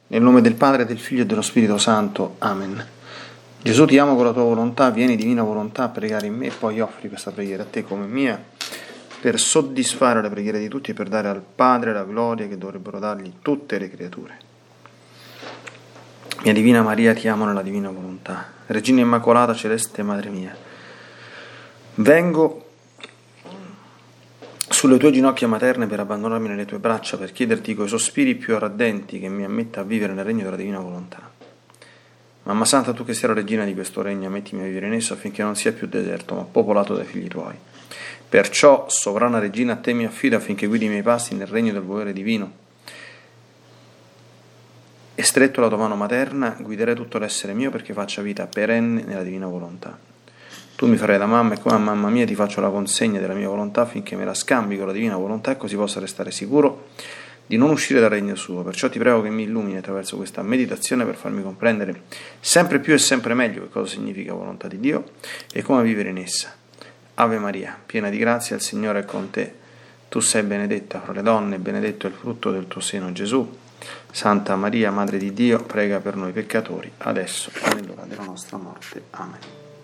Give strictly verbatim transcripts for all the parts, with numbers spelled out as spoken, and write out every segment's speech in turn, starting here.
Nel nome del Padre, del Figlio e dello Spirito Santo. Amen. Gesù, ti amo con la tua volontà, vieni divina volontà a pregare in me e poi offri questa preghiera a te come mia per soddisfare le preghiere di tutti e per dare al Padre la gloria che dovrebbero dargli tutte le creature. Mia Divina Maria, ti amo nella divina volontà. Regina Immacolata, celeste Madre mia, vengo sulle tue ginocchia materne per abbandonarmi nelle tue braccia, per chiederti coi sospiri più ardenti che mi ammetta a vivere nel regno della divina volontà. Mamma Santa, tu che sei la regina di questo regno, mettimi a vivere in esso affinché non sia più deserto, ma popolato dai figli tuoi. Perciò, sovrana regina, a te mi affido affinché guidi i miei passi nel regno del volere divino. E stretto la tua mano materna, guiderai tutto l'essere mio perché faccia vita perenne nella divina volontà. Tu mi farai da mamma e come a mamma mia ti faccio la consegna della mia volontà affinché me la scambi con la divina volontà e così possa restare sicuro di non uscire dal regno suo. Perciò ti prego che mi illumini attraverso questa meditazione per farmi comprendere sempre più e sempre meglio che cosa significa volontà di Dio e come vivere in essa. Ave Maria, piena di grazia, il Signore è con te. Tu sei benedetta fra le donne e benedetto è il frutto del tuo seno, Gesù. Santa Maria, Madre di Dio, prega per noi peccatori, adesso e nell'ora della nostra morte. Amen.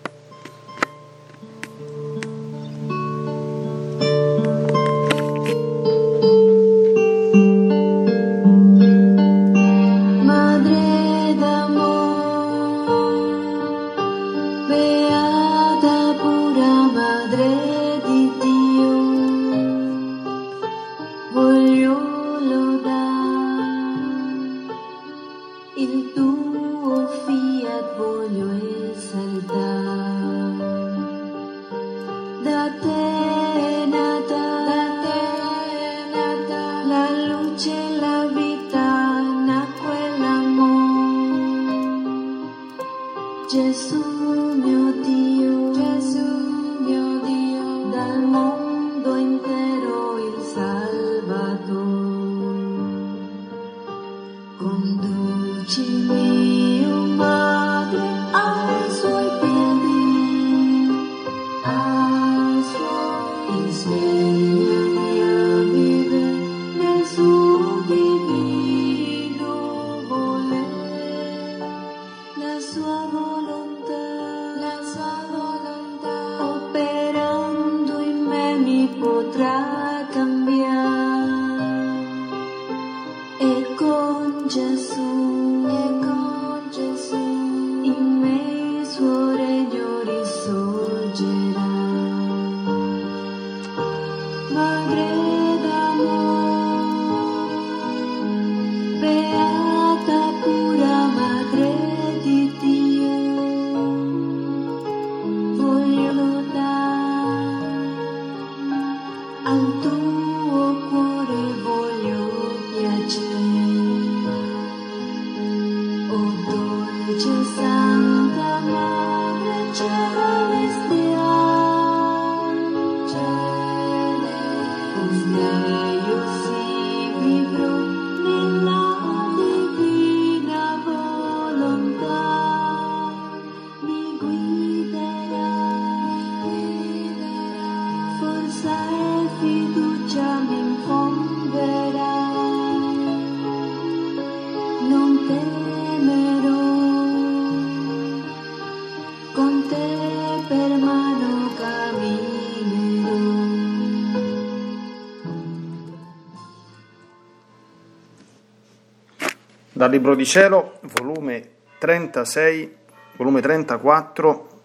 Dal Libro di Cielo, volume trentasei, volume trentaquattro,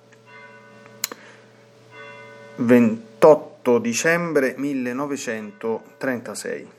ventotto dicembre millenovecentotrentasei.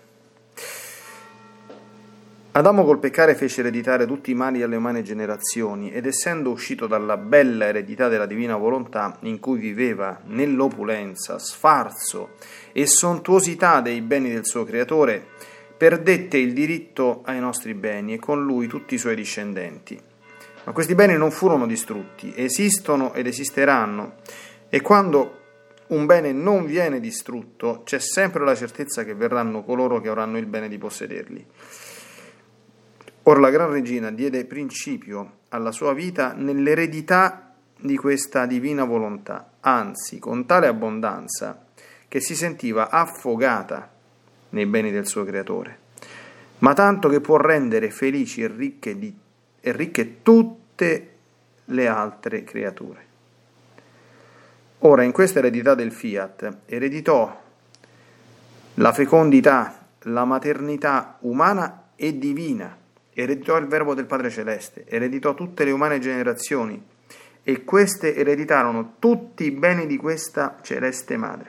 Adamo col peccare fece ereditare tutti i mali alle umane generazioni ed essendo uscito dalla bella eredità della divina volontà in cui viveva nell'opulenza, sfarzo e sontuosità dei beni del suo creatore, perdette il diritto ai nostri beni e con lui tutti i suoi discendenti. Ma questi beni non furono distrutti, esistono ed esisteranno, e quando un bene non viene distrutto c'è sempre la certezza che verranno coloro che avranno il bene di possederli. Or la Gran Regina diede principio alla sua vita nell'eredità di questa divina volontà, anzi con tale abbondanza che si sentiva affogata nei beni del suo creatore. ma tanto che può rendere felici e ricche, di, e ricche tutte le altre creature. Ora, in questa eredità del fiat, ereditò la fecondità, la maternità umana e divina, ereditò il verbo del Padre Celeste, ereditò tutte le umane generazioni, e queste ereditarono tutti i beni di questa celeste madre.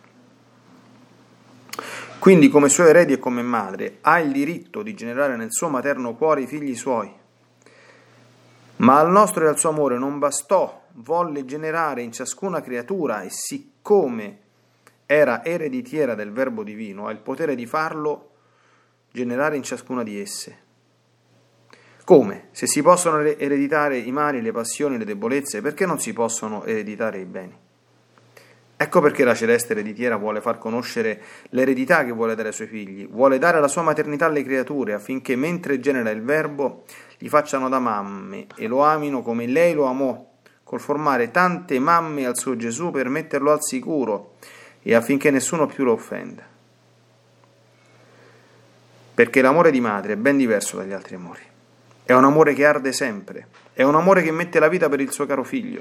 Quindi, come suoi eredi e come madre, ha il diritto di generare nel suo materno cuore i figli suoi. Ma al nostro e al suo amore non bastò, volle generare in ciascuna creatura, e siccome era ereditiera del Verbo divino, ha il potere di farlo generare in ciascuna di esse. Come? Se si possono ereditare i mali, le passioni, le debolezze, perché non si possono ereditare i beni? Ecco perché la celeste ereditiera vuole far conoscere l'eredità che vuole dare ai suoi figli, vuole dare la sua maternità alle creature, affinché mentre genera il Verbo li facciano da mamme e lo amino come lei lo amò, col formare tante mamme al suo Gesù per metterlo al sicuro e affinché nessuno più lo offenda. Perché l'amore di madre è ben diverso dagli altri amori. È un amore che arde sempre, è un amore che mette la vita per il suo caro figlio.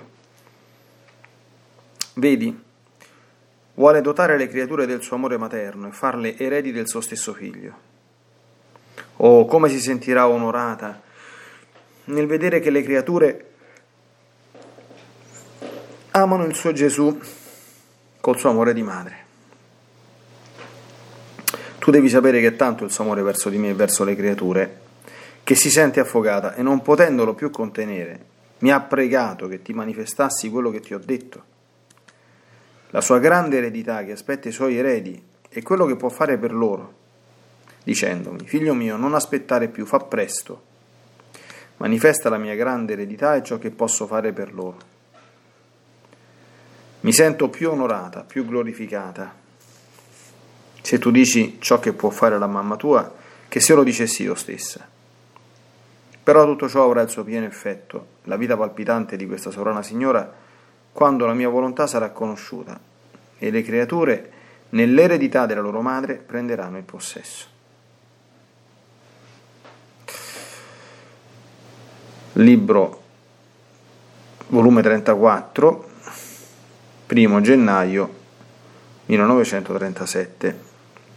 Vedi, vuole dotare le creature del suo amore materno e farle eredi del suo stesso figlio. Oh, come si sentirà onorata nel vedere che le creature amano il suo Gesù col suo amore di madre. Tu devi sapere che è tanto il suo amore verso di me e verso le creature che si sente affogata e non potendolo più contenere mi ha pregato che ti manifestassi quello che ti ho detto. La sua grande eredità che aspetta i suoi eredi è quello che può fare per loro, dicendomi: figlio mio, non aspettare più, fa presto, manifesta la mia grande eredità e ciò che posso fare per loro. Mi sento più onorata, più glorificata se tu dici ciò che può fare la mamma tua che se lo dicessi io stessa. Però tutto ciò avrà il suo pieno effetto, la vita palpitante di questa sovrana signora, quando la mia volontà sarà conosciuta e le creature nell'eredità della loro madre prenderanno il possesso. Libro volume trentaquattro, primo gennaio millenovecentotrentasette.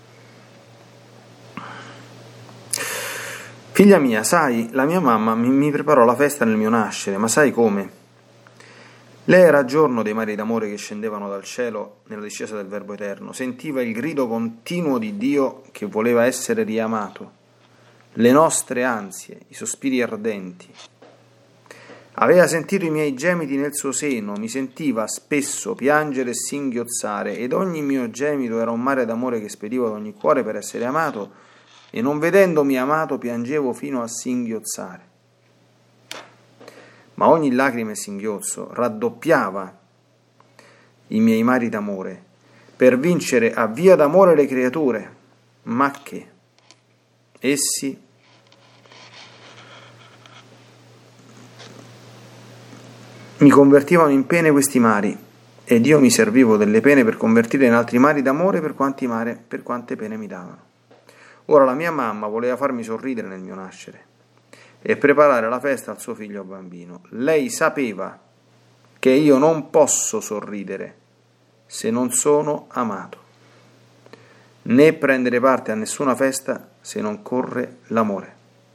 Figlia mia, sai, la mia mamma mi, mi preparò la festa nel mio nascere, ma sai come? Lei era a giorno dei mari d'amore che scendevano dal cielo nella discesa del Verbo Eterno, sentiva il grido continuo di Dio che voleva essere riamato, le nostre ansie, i sospiri ardenti. Aveva sentito i miei gemiti nel suo seno, mi sentiva spesso piangere e singhiozzare, ed ogni mio gemito era un mare d'amore che spedivo ad ogni cuore per essere amato, e non vedendomi amato piangevo fino a singhiozzare. Ma ogni lacrima e singhiozzo raddoppiava i miei mari d'amore per vincere a via d'amore le creature, ma che essi mi convertivano in pene questi mari, ed io mi servivo delle pene per convertire in altri mari d'amore per quanti mare, per quante pene mi davano. Ora la mia mamma voleva farmi sorridere nel mio nascere e preparare la festa al suo figlio bambino. Lei sapeva che io non posso sorridere se non sono amato, né prendere parte a nessuna festa se non corre l'amore.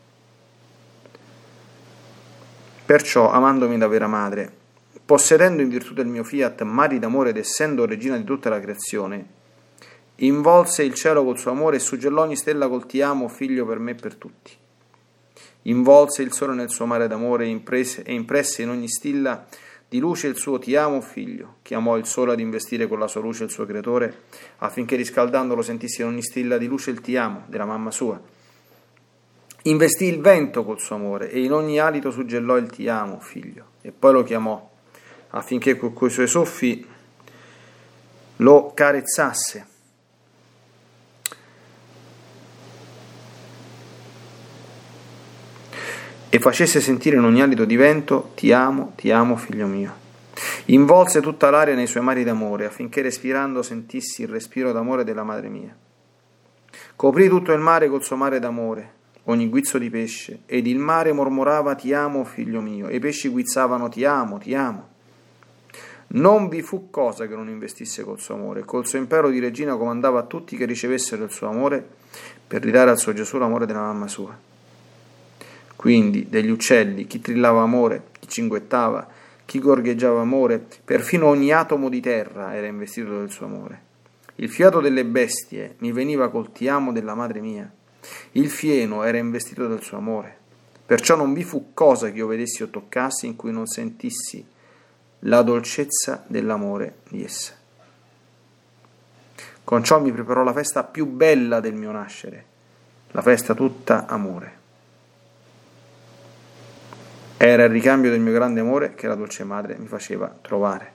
Perciò, amandomi da vera madre, possedendo in virtù del mio fiat mari d'amore ed essendo regina di tutta la creazione, involse il cielo col suo amore e suggellò ogni stella col ti amo, figlio per me e per tutti. Involse il sole nel suo mare d'amore e imprese, e impresse in ogni stilla di luce il suo ti amo, figlio. Chiamò il sole ad investire con la sua luce il suo creatore, affinché riscaldandolo sentisse in ogni stilla di luce il ti amo della mamma sua. Investì il vento col suo amore e in ogni alito suggellò il ti amo, figlio, e poi lo chiamò, affinché con quei suoi soffi lo carezzasse. E facesse sentire in ogni alito di vento ti amo, ti amo, figlio mio. Involse tutta l'aria nei suoi mari d'amore, affinché respirando sentissi il respiro d'amore della madre mia. Coprì tutto il mare col suo mare d'amore, ogni guizzo di pesce, ed il mare mormorava ti amo, figlio mio, e i pesci guizzavano ti amo, ti amo. Non vi fu cosa che non investisse col suo amore, col suo impero di regina comandava a tutti che ricevessero il suo amore per ridare al suo Gesù l'amore della mamma sua. Quindi degli uccelli, chi trillava amore, chi cinguettava, chi gorgheggiava amore, perfino ogni atomo di terra era investito del suo amore. Il fiato delle bestie mi veniva col ti amo della madre mia, il fieno era investito del suo amore, perciò non vi fu cosa che io vedessi o toccassi in cui non sentissi la dolcezza dell'amore di essa. Con ciò mi preparò la festa più bella del mio nascere, la festa tutta amore. Era il ricambio del mio grande amore che la dolce madre mi faceva trovare.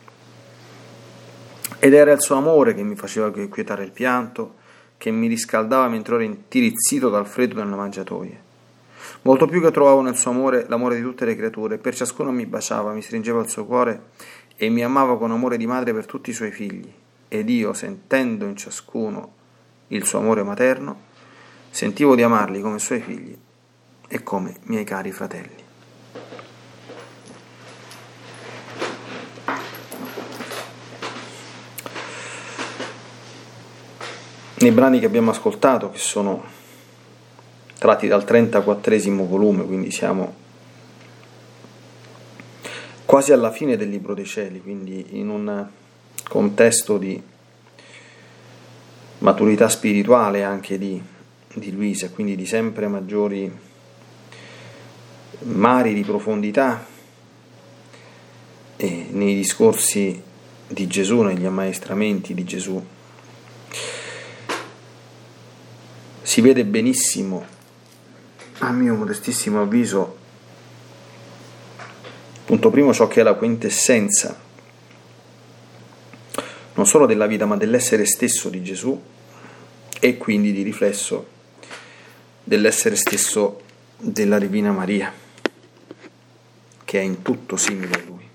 Ed era il suo amore che mi faceva quietare il pianto, che mi riscaldava mentre ero intirizzito dal freddo nella mangiatoia. Molto più che trovavo nel suo amore l'amore di tutte le creature, per ciascuno mi baciava, mi stringeva il suo cuore e mi amava con amore di madre per tutti i suoi figli. Ed io, sentendo in ciascuno il suo amore materno, sentivo di amarli come suoi figli e come miei cari fratelli. Nei brani che abbiamo ascoltato, che sono tratti dal trentaquattresimo volume, quindi siamo quasi alla fine del Libro dei Cieli, quindi in un contesto di maturità spirituale anche di, di Luisa, quindi di sempre maggiori mari di profondità e nei discorsi di Gesù, negli ammaestramenti di Gesù. Si vede benissimo, a mio modestissimo avviso, punto primo, ciò che è la quintessenza non solo della vita ma dell'essere stesso di Gesù e quindi di riflesso dell'essere stesso della Divina Maria, che è in tutto simile a Lui.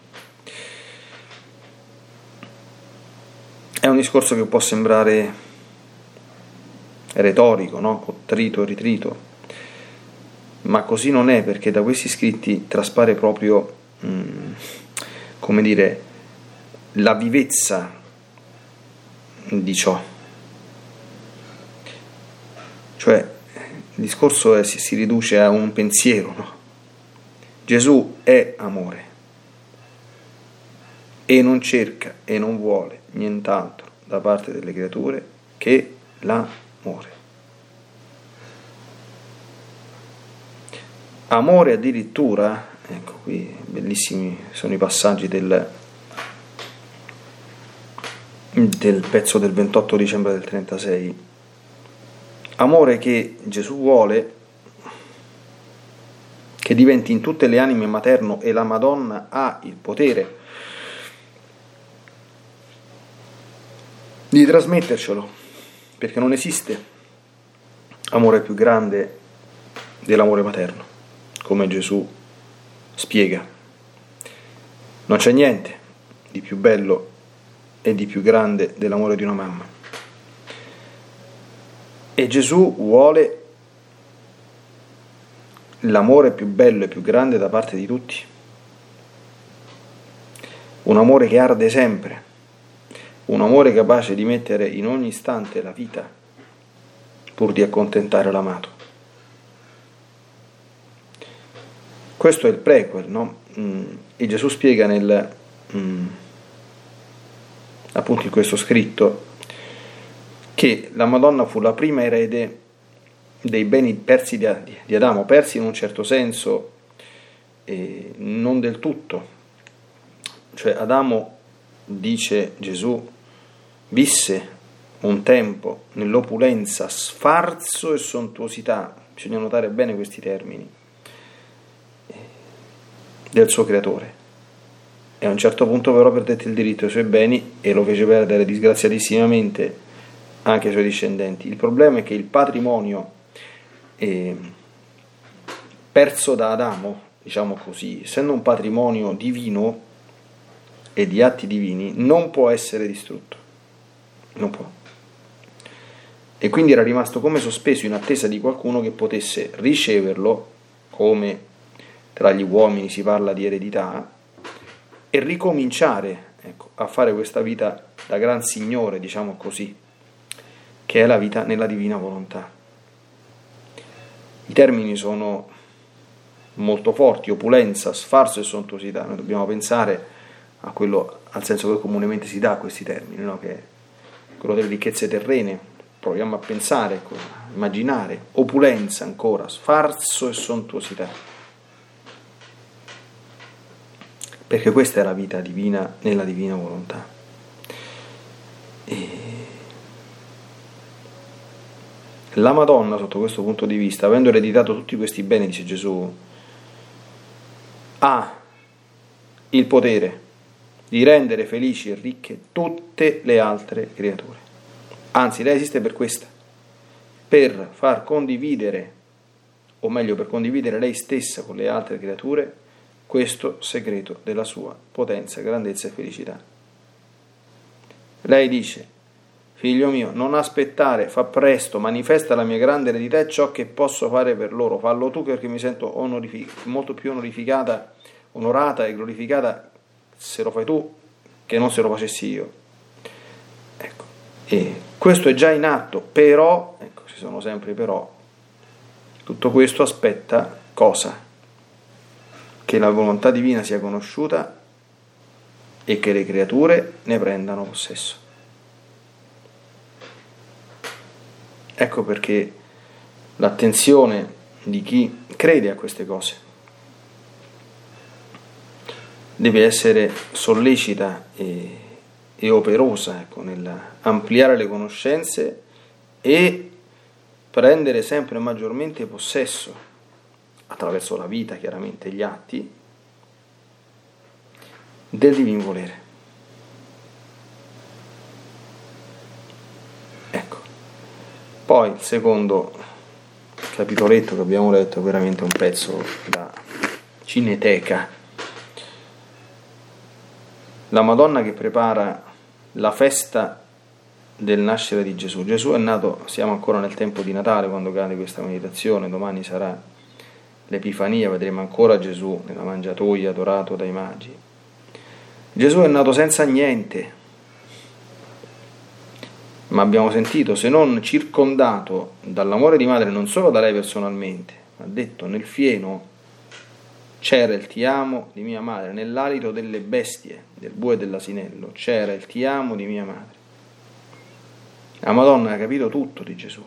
È un discorso che può sembrare retorico, no? Trito e ritrito, ma così non è, perché da questi scritti traspare proprio, mh, come dire, la vivezza di ciò. Cioè, il discorso è, si, si riduce a un pensiero, no? Gesù è amore e non cerca e non vuole nient'altro da parte delle creature che l'amore. Amore addirittura, ecco qui bellissimi sono i passaggi del, del pezzo del ventotto dicembre del trentasei, amore che Gesù vuole che diventi in tutte le anime materno, e la Madonna ha il potere di trasmettercelo, perché non esiste amore più grande dell'amore materno, come Gesù spiega. Non c'è niente di più bello e di più grande dell'amore di una mamma. E Gesù vuole l'amore più bello e più grande da parte di tutti. Un amore che arde sempre, un amore capace di mettere in ogni istante la vita pur di accontentare l'amato. Questo è il prequel, no? E Gesù spiega nel appunto in questo scritto che la Madonna fu la prima erede dei beni persi di Adamo, persi in un certo senso, eh, non del tutto. Cioè Adamo, dice Gesù, visse un tempo nell'opulenza, sfarzo e sontuosità, bisogna notare bene questi termini, del suo creatore, e a un certo punto però perdette il diritto ai suoi beni e lo fece perdere disgraziatissimamente anche ai suoi discendenti. Il problema è che il patrimonio eh, perso da Adamo, diciamo così, essendo un patrimonio divino e di atti divini, non può essere distrutto, non può. e quindi era rimasto come sospeso in attesa di qualcuno che potesse riceverlo, come tra gli uomini si parla di eredità, e ricominciare, ecco, a fare questa vita da gran signore, diciamo così, che è la vita nella divina volontà. I termini sono molto forti: opulenza, sfarzo e sontuosità. Noi dobbiamo pensare a quello, al senso che comunemente si dà a questi termini, no? Che è quello delle ricchezze terrene. Proviamo a pensare, ecco, a immaginare opulenza ancora, sfarzo e sontuosità, perché questa è la vita divina nella divina volontà. E la Madonna, sotto questo punto di vista, avendo ereditato tutti questi beni, dice Gesù, ha il potere di rendere felici e ricche tutte le altre creature. Anzi, lei esiste per questa, per far condividere, o meglio per condividere lei stessa con le altre creature, questo segreto della sua potenza, grandezza e felicità. Lei dice: figlio mio, non aspettare, fa presto, manifesta la mia grande eredità e ciò che posso fare per loro. Fallo tu, perché mi sento onorific- molto più onorificata, onorata e glorificata se lo fai tu che non se lo facessi io. Ecco, e questo è già in atto, però, ecco, ci sono sempre però, tutto questo aspetta cosa? Che la volontà divina sia conosciuta e che le creature ne prendano possesso. Ecco perché l'attenzione di chi crede a queste cose deve essere sollecita e, e operosa, ecco, nell'ampliare le conoscenze e prendere sempre maggiormente possesso, attraverso la vita, chiaramente, gli atti, del divin volere. Ecco. Poi il secondo capitoletto che abbiamo letto è veramente un pezzo da cineteca. La Madonna che prepara la festa del nascere di Gesù. Gesù è nato, siamo ancora nel tempo di Natale quando cade questa meditazione, domani sarà l'Epifania, vedremo ancora Gesù nella mangiatoia adorato dai magi. Gesù è nato senza niente, ma abbiamo sentito, se non circondato dall'amore di madre, non solo da lei personalmente, ma detto nel fieno c'era il ti amo di mia madre, nell'alito delle bestie, del bue e dell'asinello, c'era il ti amo di mia madre. La Madonna ha capito tutto di Gesù.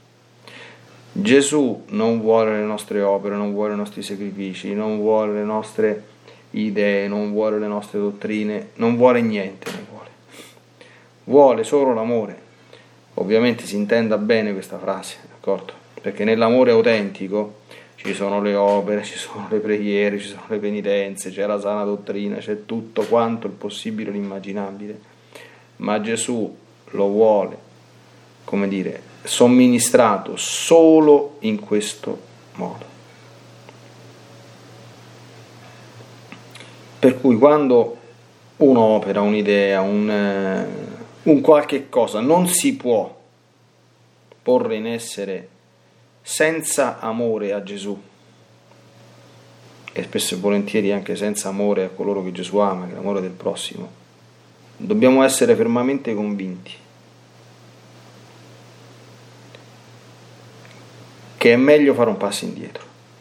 Gesù non vuole le nostre opere, non vuole i nostri sacrifici, non vuole le nostre idee, non vuole le nostre dottrine, non vuole niente, non vuole. Vuole solo l'amore. Ovviamente si intenda bene questa frase, d'accordo? Perché nell'amore autentico ci sono le opere, ci sono le preghiere, ci sono le penitenze, c'è la sana dottrina, c'è tutto quanto il possibile e l'immaginabile. Ma Gesù lo vuole, come dire, somministrato solo in questo modo. Per cui quando un'opera, un'idea, un, un qualche cosa non si può porre in essere senza amore a Gesù, e spesso e volentieri anche senza amore a coloro che Gesù ama, che è l'amore del prossimo, dobbiamo essere fermamente convinti che è meglio fare un passo indietro.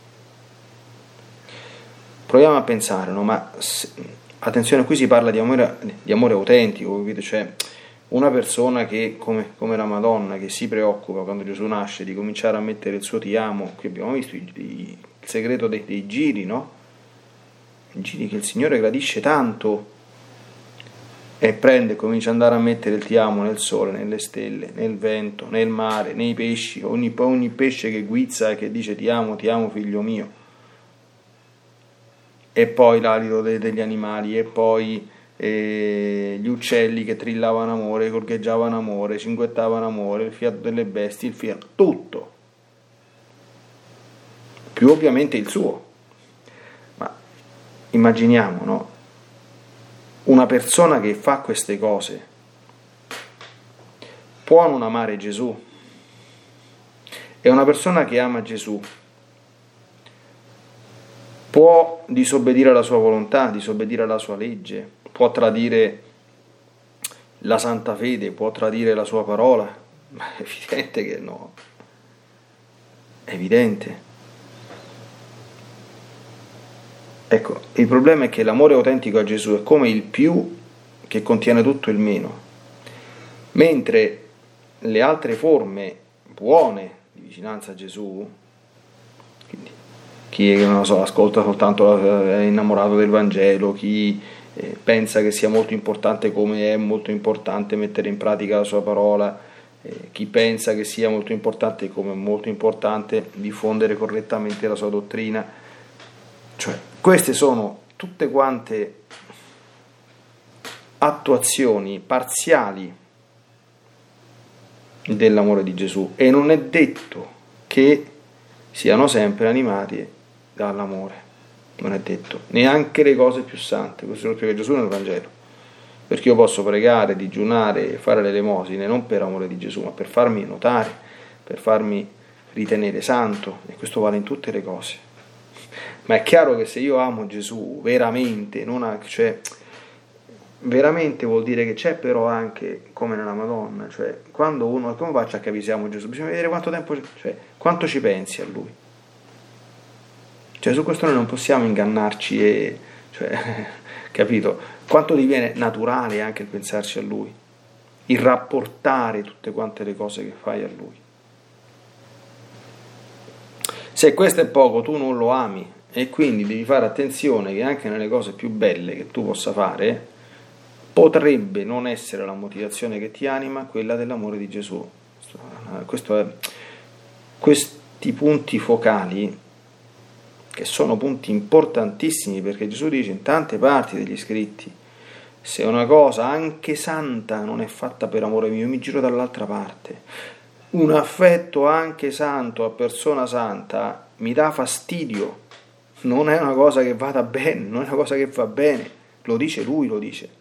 Proviamo a pensare, no? Ma se, attenzione, qui si parla di amore, di amore autentico, capite? Cioè una persona che, come, come la Madonna, che si preoccupa quando Gesù nasce di cominciare a mettere il suo ti amo. Qui abbiamo visto i, i, il segreto dei, dei giri, no? I giri che il Signore gradisce tanto, e prende e comincia ad andare a mettere il ti amo nel sole, nelle stelle, nel vento, nel mare, nei pesci, ogni, ogni pesce che guizza e che dice ti amo, ti amo figlio mio, e poi l'alito de, degli animali, e poi e gli uccelli che trillavano amore, gorgheggiavano amore, cinguettavano amore, il fiato delle bestie, il fiato, tutto, più ovviamente il suo. Ma immaginiamo, no? Una persona che fa queste cose può non amare Gesù? E una persona che ama Gesù può disobbedire alla sua volontà, disobbedire alla sua legge, può tradire la santa fede, può tradire la sua parola? Ma è evidente che no. È evidente. Ecco, il problema è che l'amore autentico a Gesù è come il più che contiene tutto il meno, mentre le altre forme buone di vicinanza a Gesù, quindi chi non lo so, ascolta soltanto, è innamorato del Vangelo, chi eh, pensa che sia molto importante come è molto importante mettere in pratica la sua parola, eh, chi pensa che sia molto importante come è molto importante diffondere correttamente la sua dottrina, cioè queste sono tutte quante attuazioni parziali dell'amore di Gesù, e non è detto che siano sempre animati dall'amore, non è detto, neanche le cose più sante. Questo lo spiega Gesù nel Vangelo, perché io posso pregare, digiunare e fare le elemosine non per amore di Gesù, ma per farmi notare, per farmi ritenere santo, e questo vale in tutte le cose. Ma è chiaro che se io amo Gesù veramente, non ha, cioè veramente vuol dire che c'è però anche come nella Madonna, cioè quando uno, come faccio a capire se amo Gesù? Bisogna vedere quanto tempo, cioè quanto ci pensi a lui, cioè su questo noi non possiamo ingannarci, e cioè capito, quanto diviene naturale anche il pensarci a lui, il rapportare tutte quante le cose che fai a lui. Se questo è poco, tu non lo ami, e quindi devi fare attenzione che anche nelle cose più belle che tu possa fare potrebbe non essere la motivazione che ti anima quella dell'amore di Gesù. Questo è, questi punti focali, che sono punti importantissimi, perché Gesù dice in tante parti degli scritti: se una cosa anche santa non è fatta per amore mio, mi giro dall'altra parte. Un affetto anche santo a persona santa mi dà fastidio, non è una cosa che vada bene, non è una cosa che va bene, lo dice lui, lo dice.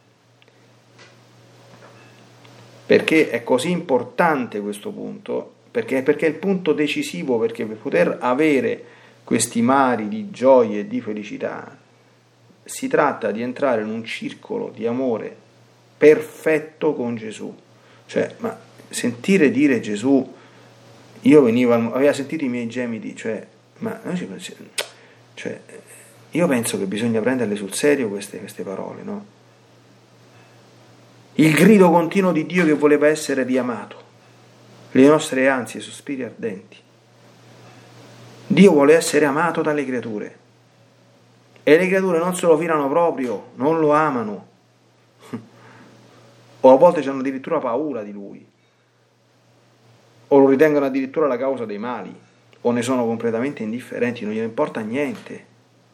Perché è così importante questo punto? Perché, perché è il punto decisivo, perché per poter avere questi mari di gioia e di felicità si tratta di entrare in un circolo di amore perfetto con Gesù. Cioè, ma sentire dire Gesù, io venivo, aveva sentito i miei gemiti, cioè, ma noi ci pensiamo, cioè, io penso che bisogna prenderle sul serio queste, queste parole, no? Il grido continuo di Dio che voleva essere riamato, le nostre ansie, sospiri ardenti. Dio vuole essere amato dalle creature, e le creature non se lo filano proprio, non lo amano, o a volte hanno addirittura paura di lui, o lo ritengono addirittura la causa dei mali, o ne sono completamente indifferenti, non gliene importa niente.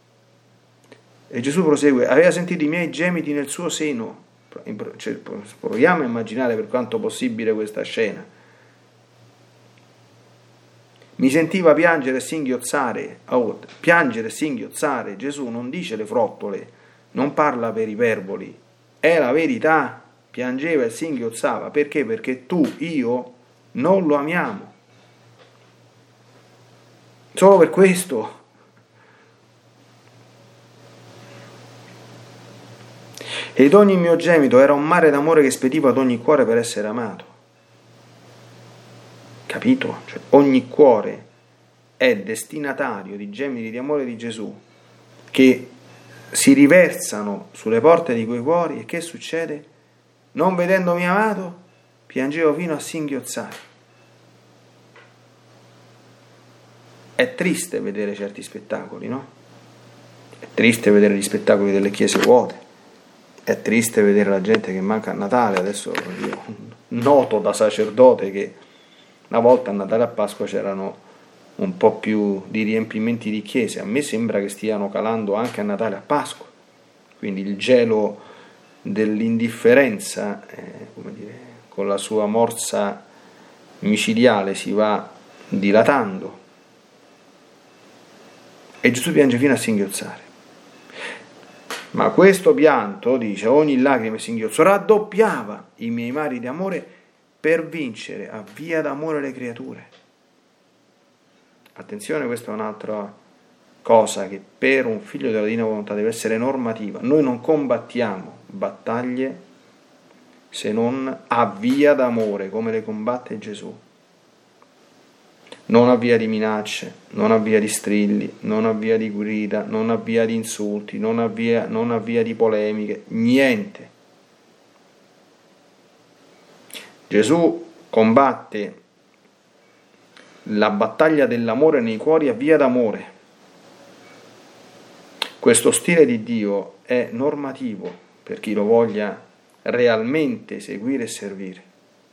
E Gesù prosegue: aveva sentito i miei gemiti nel suo seno. Cioè, proviamo a immaginare per quanto possibile questa scena. Mi sentiva piangere e singhiozzare. Oh, piangere e singhiozzare. Gesù non dice le frottole, non parla per iperboli, è la verità. Piangeva e singhiozzava. Perché? Perché tu, io non lo amiamo. Solo per questo. Ed ogni mio gemito era un mare d'amore che spediva ad ogni cuore per essere amato. Capito? Cioè, ogni cuore è destinatario di gemiti di amore di Gesù che si riversano sulle porte di quei cuori, e che succede? Non vedendomi amato, piangevo fino a singhiozzare. È triste vedere certi spettacoli, no? È triste vedere gli spettacoli delle chiese vuote. È triste vedere la gente che manca a Natale. Adesso io noto da sacerdote che una volta a Natale e a Pasqua c'erano un po' più di riempimenti di chiese. A me sembra che stiano calando anche a Natale e a Pasqua. Quindi il gelo dell'indifferenza, eh, come dire, con la sua morsa micidiale si va dilatando. E Gesù piange fino a singhiozzare. Ma questo pianto, dice, ogni lacrima e singhiozzo raddoppiava i miei mari di amore per vincere a via d'amore le creature. Attenzione, questa è un'altra cosa che per un figlio della divina volontà deve essere normativa. Noi non combattiamo battaglie se non a via d'amore, come le combatte Gesù. Non a via di minacce, non a via di strilli, non a via di grida, non a via di insulti, non a via, non a via di polemiche, niente. Gesù combatte la battaglia dell'amore nei cuori a via d'amore. Questo stile di Dio è normativo per chi lo voglia realmente seguire e servire.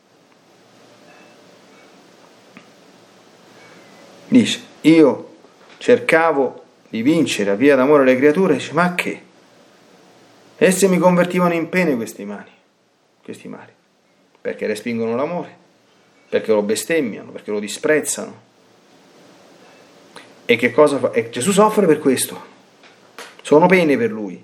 Dice, io cercavo di vincere a via d'amore le creature, dice, ma che? Esse mi convertivano in pene questi mali, questi mali, perché respingono l'amore, perché lo bestemmiano, perché lo disprezzano. E che cosa fa? E Gesù soffre per questo, sono pene per lui.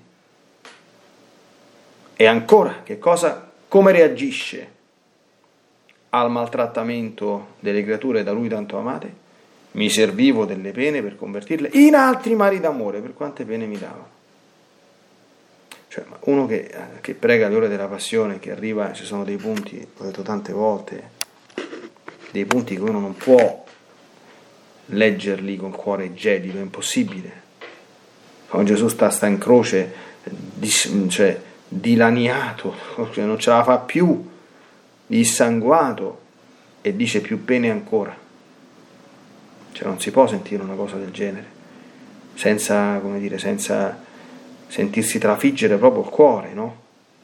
E ancora, che cosa, come reagisce al maltrattamento delle creature da lui tanto amate? Mi servivo delle pene per convertirle in altri mari d'amore, per quante pene mi davano. Cioè, uno che, che prega le ore della passione, che arriva, ci sono dei punti, l'ho detto tante volte, dei punti che uno non può leggerli con cuore gelido, è impossibile. Quando Gesù sta, sta in croce, cioè dilaniato, cioè non ce la fa più, dissanguato, e dice più pene ancora. Cioè non si può sentire una cosa del genere senza, come dire, senza sentirsi trafiggere proprio il cuore, no?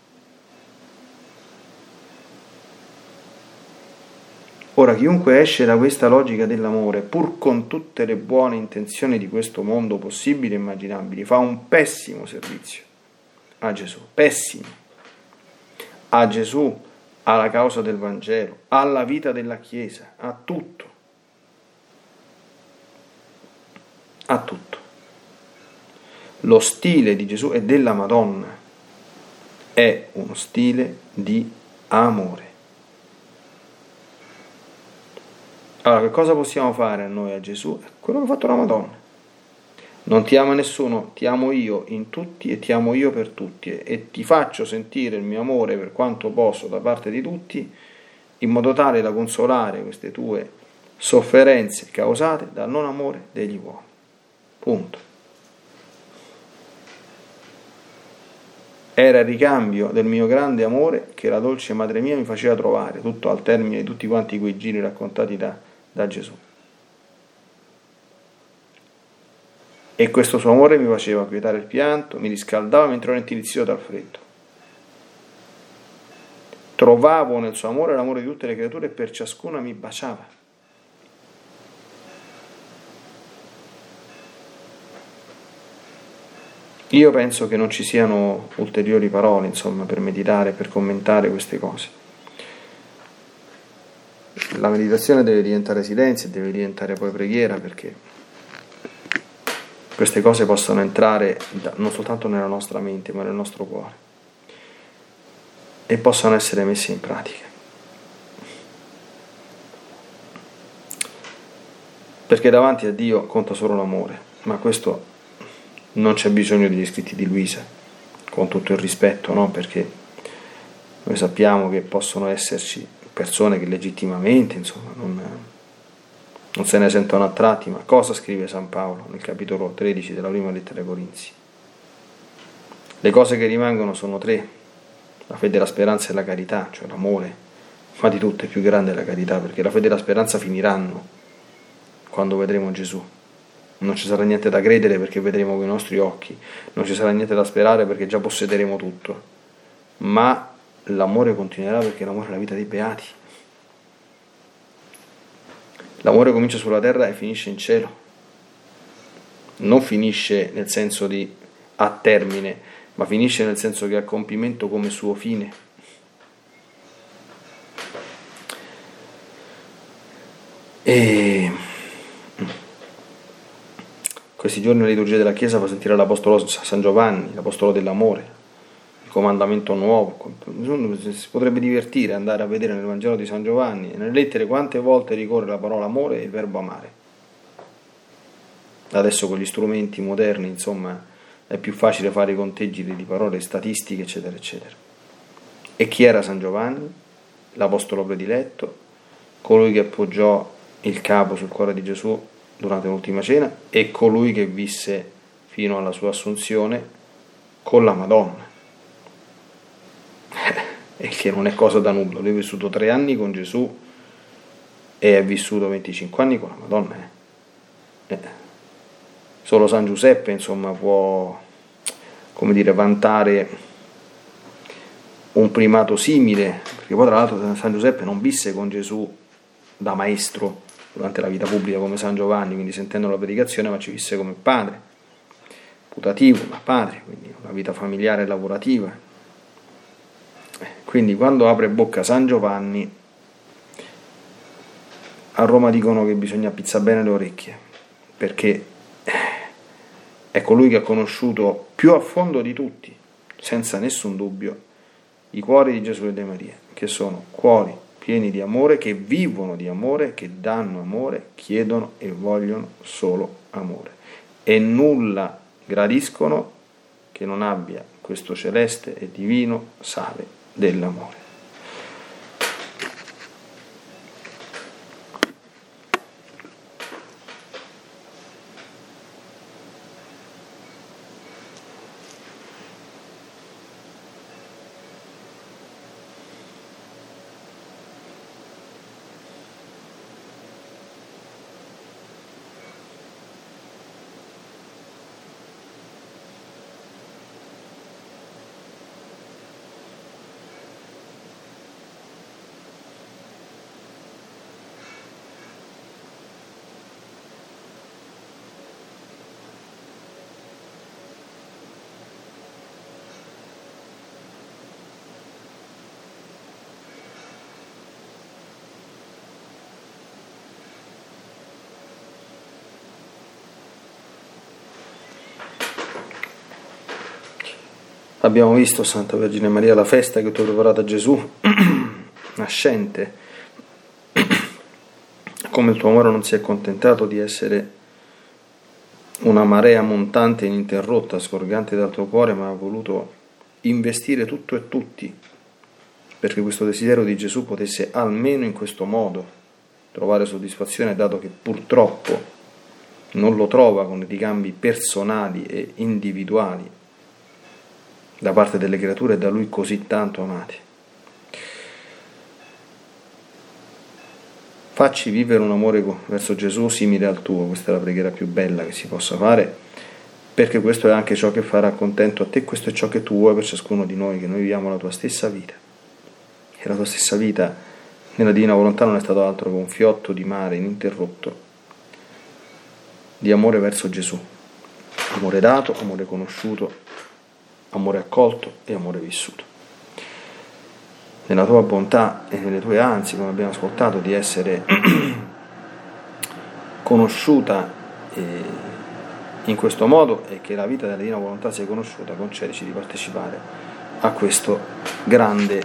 Ora, chiunque esce da questa logica dell'amore, pur con tutte le buone intenzioni di questo mondo possibili e immaginabili, fa un pessimo servizio a Gesù, pessimo, a Gesù, alla causa del Vangelo, alla vita della Chiesa, a tutto. A tutto. Lo stile di Gesù e della Madonna è uno stile di amore. Allora, che cosa possiamo fare noi a Gesù? È quello che ha fatto la Madonna. Non ti ama nessuno, ti amo io in tutti e ti amo io per tutti, e ti faccio sentire il mio amore per quanto posso da parte di tutti, in modo tale da consolare queste tue sofferenze causate dal non amore degli uomini. Punto. Era il ricambio del mio grande amore che la dolce madre mia mi faceva trovare, tutto al termine di tutti quanti quei giri raccontati da, da Gesù. E questo suo amore mi faceva quietare il pianto, mi riscaldava mentre ero intirizzito dal freddo. Trovavo nel suo amore l'amore di tutte le creature e per ciascuna mi baciava. Io penso che non ci siano ulteriori parole, insomma, per meditare, per commentare queste cose. La meditazione deve diventare silenzio e deve diventare poi preghiera, perché queste cose possono entrare non soltanto nella nostra mente, ma nel nostro cuore, e possono essere messe in pratica. Perché davanti a Dio conta solo l'amore, ma questo non c'è bisogno degli scritti di Luisa, con tutto il rispetto, no? Perché noi sappiamo che possono esserci persone che legittimamente, insomma, non, non se ne sentono attratti, ma cosa scrive San Paolo nel capitolo tredici della prima lettera ai Corinzi? Le cose che rimangono sono tre: la fede, la speranza e la carità, cioè l'amore, ma di tutte è più grande la carità, perché la fede e la speranza finiranno quando vedremo Gesù. Non ci sarà niente da credere perché vedremo con i nostri occhi, non ci sarà niente da sperare perché già possederemo tutto, ma l'amore continuerà, perché l'amore è la vita dei beati. L'amore comincia sulla terra e finisce in cielo, non finisce nel senso di a termine, ma finisce nel senso che ha compimento come suo fine. E questi giorni la liturgia della Chiesa fa sentire l'Apostolo San Giovanni, l'Apostolo dell'amore, il comandamento nuovo. Si potrebbe divertire andare a vedere nel Vangelo di San Giovanni, nelle lettere, quante volte ricorre la parola amore e il verbo amare. Adesso con gli strumenti moderni, insomma, è più facile fare i conteggi di parole, statistiche, eccetera, eccetera. E chi era San Giovanni? L'apostolo prediletto, colui che appoggiò il capo sul cuore di Gesù durante l'ultima cena e colui che visse fino alla sua assunzione con la Madonna. E che non è cosa da nulla. Lui ha vissuto tre anni con Gesù e è vissuto venticinque anni con la Madonna. Eh. Eh. Solo San Giuseppe, insomma, può, come dire, vantare un primato simile, perché poi tra l'altro San Giuseppe non visse con Gesù da maestro durante la vita pubblica come San Giovanni, quindi sentendo la predicazione, ma ci visse come padre, putativo, ma padre, quindi una vita familiare e lavorativa. Quindi quando apre bocca San Giovanni, a Roma dicono che bisogna appizzare bene le orecchie, perché è colui che ha conosciuto più a fondo di tutti, senza nessun dubbio, i cuori di Gesù e di Maria, che sono cuori pieni di amore, che vivono di amore, che danno amore, chiedono e vogliono solo amore. E nulla gradiscono che non abbia questo celeste e divino sale dell'amore. Abbiamo visto, Santa Vergine Maria, la festa che tu hai preparato a Gesù, nascente, come il tuo amore non si è accontentato di essere una marea montante e ininterrotta, sgorgante dal tuo cuore, ma ha voluto investire tutto e tutti, perché questo desiderio di Gesù potesse almeno in questo modo trovare soddisfazione, dato che purtroppo non lo trova con i ricambi personali e individuali da parte delle creature da Lui così tanto amati. Facci vivere un amore verso Gesù simile al tuo, questa è la preghiera più bella che si possa fare, perché questo è anche ciò che farà contento a te, questo è ciò che tu vuoi per ciascuno di noi, che noi viviamo la tua stessa vita. E la tua stessa vita nella divina volontà non è stato altro che un fiotto di mare ininterrotto di amore verso Gesù, amore dato, amore conosciuto, amore accolto e amore vissuto. Nella tua bontà e nelle tue ansie, come abbiamo ascoltato, di essere conosciuta in questo modo e che la vita della divina volontà sia conosciuta, concedici di partecipare a questo grande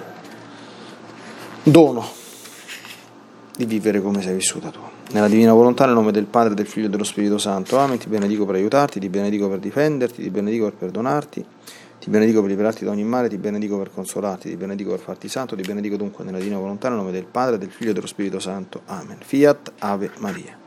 dono di vivere come sei vissuta tu. Nella divina volontà, nel nome del Padre, del Figlio e dello Spirito Santo. Amen. Ti benedico per aiutarti, ti benedico per difenderti, ti benedico per perdonarti, ti benedico per liberarti da ogni male, ti benedico per consolarti, ti benedico per farti santo, ti benedico dunque nella divina volontà, nel nome del Padre, del Figlio e dello Spirito Santo. Amen. Fiat Ave Maria.